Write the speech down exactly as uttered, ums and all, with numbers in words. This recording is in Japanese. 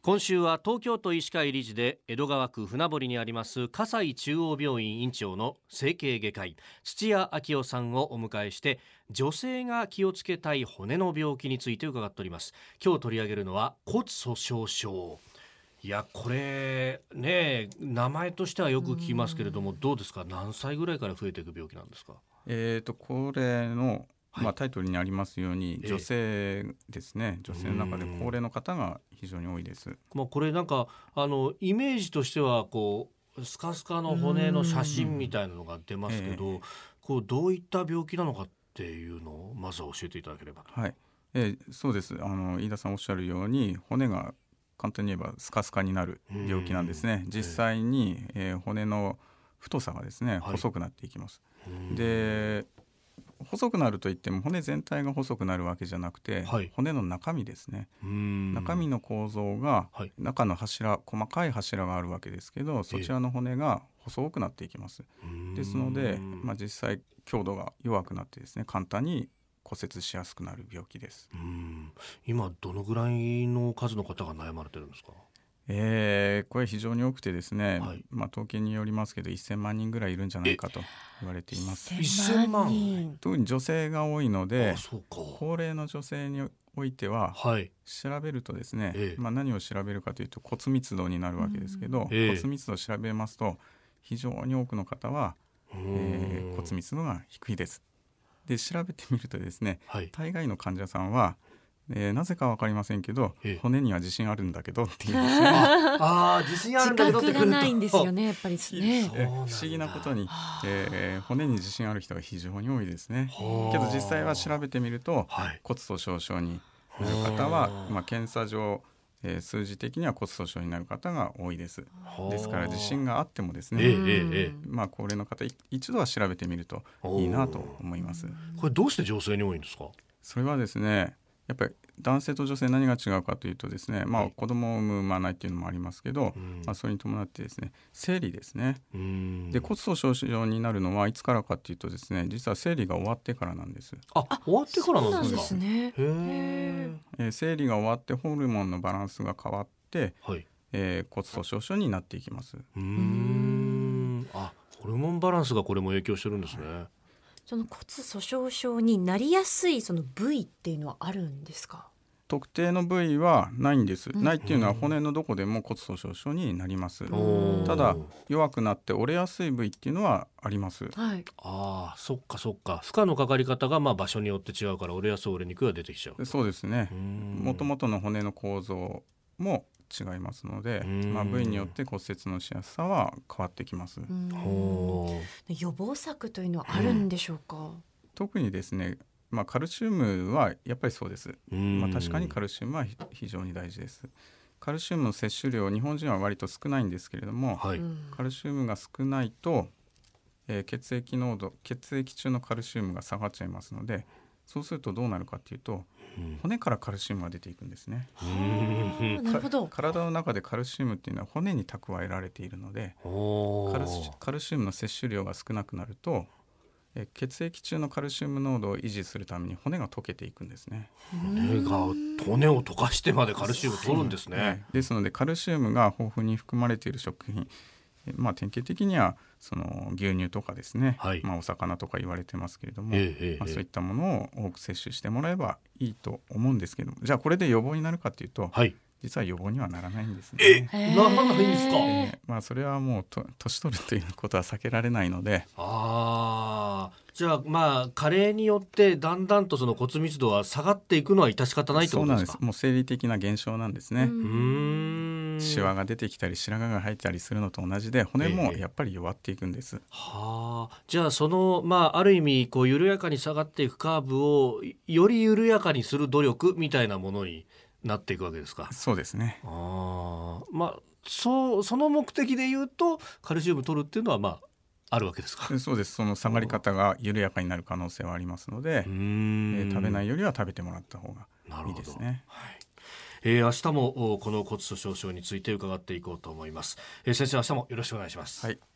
今週は東京都医師会理事で江戸川区船堀にあります葛西中央病院院長の整形外科医土屋昭夫さんをお迎えして、女性が気をつけたい骨の病気について伺っております。今日取り上げるのは骨粗しょう症。いやこれね、名前としてはよく聞きますけれども、どうですか、何歳ぐらいから増えていく病気なんですか？ えーとこれのまあ、タイトルにありますように、女性ですね、女性の中で高齢の方が非常に多いです。 まあ、これなんかあのイメージとしてはこうスカスカの骨の写真みたいなのが出ますけど、こうどういった病気なのかっていうのをまずは教えていただければと。 はい、えー、そうです。あの飯田さんおっしゃるように、骨が簡単に言えばスカスカになる病気なんですね。実際に、えー、骨の太さがですね、細くなっていきます。で細くなるといっても骨全体が細くなるわけじゃなくて、はい、骨の中身ですね。中身の構造が、はい、中の柱、細かい柱があるわけですけど、そちらの骨が細くなっていきます。ですので、まあ、実際強度が弱くなってですね、簡単に骨折しやすくなる病気です。 うーん、今どのぐらいの数の方が悩まれてるんですか？ えー、これ非常に多くてですね、はい、まあ、統計によりますけどせんまんにんぐらいいるんじゃないかと言われています。 せんまん、 特に女性が多いので、 あ、そうか、 高齢の女性においては、はい、調べるとですね、ええ、まあ、何を調べるかというと骨密度になるわけですけど、ええ、骨密度を調べますと非常に多くの方は、えー、骨密度が低いです。で調べてみるとですね、はい、大概の患者さんはえー、なぜか分かりませんけど、ええ、骨には自信あるんだけどっていうんですね。 ああ、自信あるんだけどってくると自覚がないんですよね、やっぱりですね。 不思議なことに、えー、骨に自信ある人が非常に多いですね。けど実際は調べてみると、はい、骨粗しょう症になる方は、まあ、検査上、えー、数字的には骨粗しょうになる方が多いです。ですから自信があってもですね、えーまあ、高齢の方一度は調べてみるといいなと思います。 これどうして女性に多いんですか？ それはですね、やっぱり男性と女性何が違うかというとですね、まあ、子供を産まないっていうのもありますけど、まあ、それに伴ってですね、生理ですね。で骨粗しょう症になるのはいつからかというとですね、実は生理が終わってからなんです。 あ、終わってからなんですか？ そうなんですね。 へー、えー、生理が終わってホルモンのバランスが変わって、はい、えー、骨粗しょう症になっていきます。 うーん、あ、ホルモンバランスがこれも影響してるんですね。はい、 その骨粗しょう症になりやすいその部位っていうのはあるんですか？ 特定の部位はないんです、うん、ないっていうのは骨のどこでも骨粗しょう症になります。ただ弱くなって折れやすい部位っていうのはあります。 はい、 ああ、そっかそっか、負荷のかかり方がまあ場所によって違うから折れやすい折れにくいが出てきちゃう。 そうですね。もともとの骨の構造も違いますので、まあ、部位によって骨折のしやすさは変わってきます。 予防策というのはあるんでしょうか？ 特にですね、まあ、カルシウムはやっぱりそうです。まあ、確かにカルシウムは非常に大事です。カルシウムの摂取量、日本人は割と少ないんですけれども、はい、カルシウムが少ないと、えー、血液濃度血液中のカルシウムが下がっちゃいますので、そうするとどうなるかというと、骨からカルシウムが出ていくんですね。 なるほど。 体の中でカルシウムっていうのは骨に蓄えられているので、カルシ、カルシウムの摂取量が少なくなると、え血液中のカルシウム濃度を維持するために骨が溶けていくんですね。 骨が骨を溶かしてまでカルシウム取るんですね。 ね、ですのでカルシウムが豊富に含まれている食品、まあ、典型的にはその牛乳とかですね、はい、まあ、お魚とか言われてますけれども、ええまあ、そういったものを多く摂取してもらえばいいと思うんですけども、じゃあこれで予防になるかというと、はい、実は予防にはならないんですね。 え、ならないんですか？ えーまあ、それはもうと年取るということは避けられないので。 あ、じゃあまあ加齢によってだんだんとその骨密度は下がっていくのは致し方ないってことですか？ そうなんです。もう生理的な現象なんですね。うーん、シワが出てきたり白髪が生えたりするのと同じで、骨もやっぱり弱っていくんです。えー、 はあ、じゃあその、まあ、ある意味こう緩やかに下がっていくカーブをより緩やかにする努力みたいなものになっていくわけですか？ そうですね。 あ、まあ、そう、その目的で言うとカルシウム取るっていうのはまああるわけですか？ そうです。その下がり方が緩やかになる可能性はありますので、えー、食べないよりは食べてもらった方がいいですね。 はい、えー、明日もこの骨粗しょう症について伺っていこうと思います。えー、先生、明日もよろしくお願いします。 はい。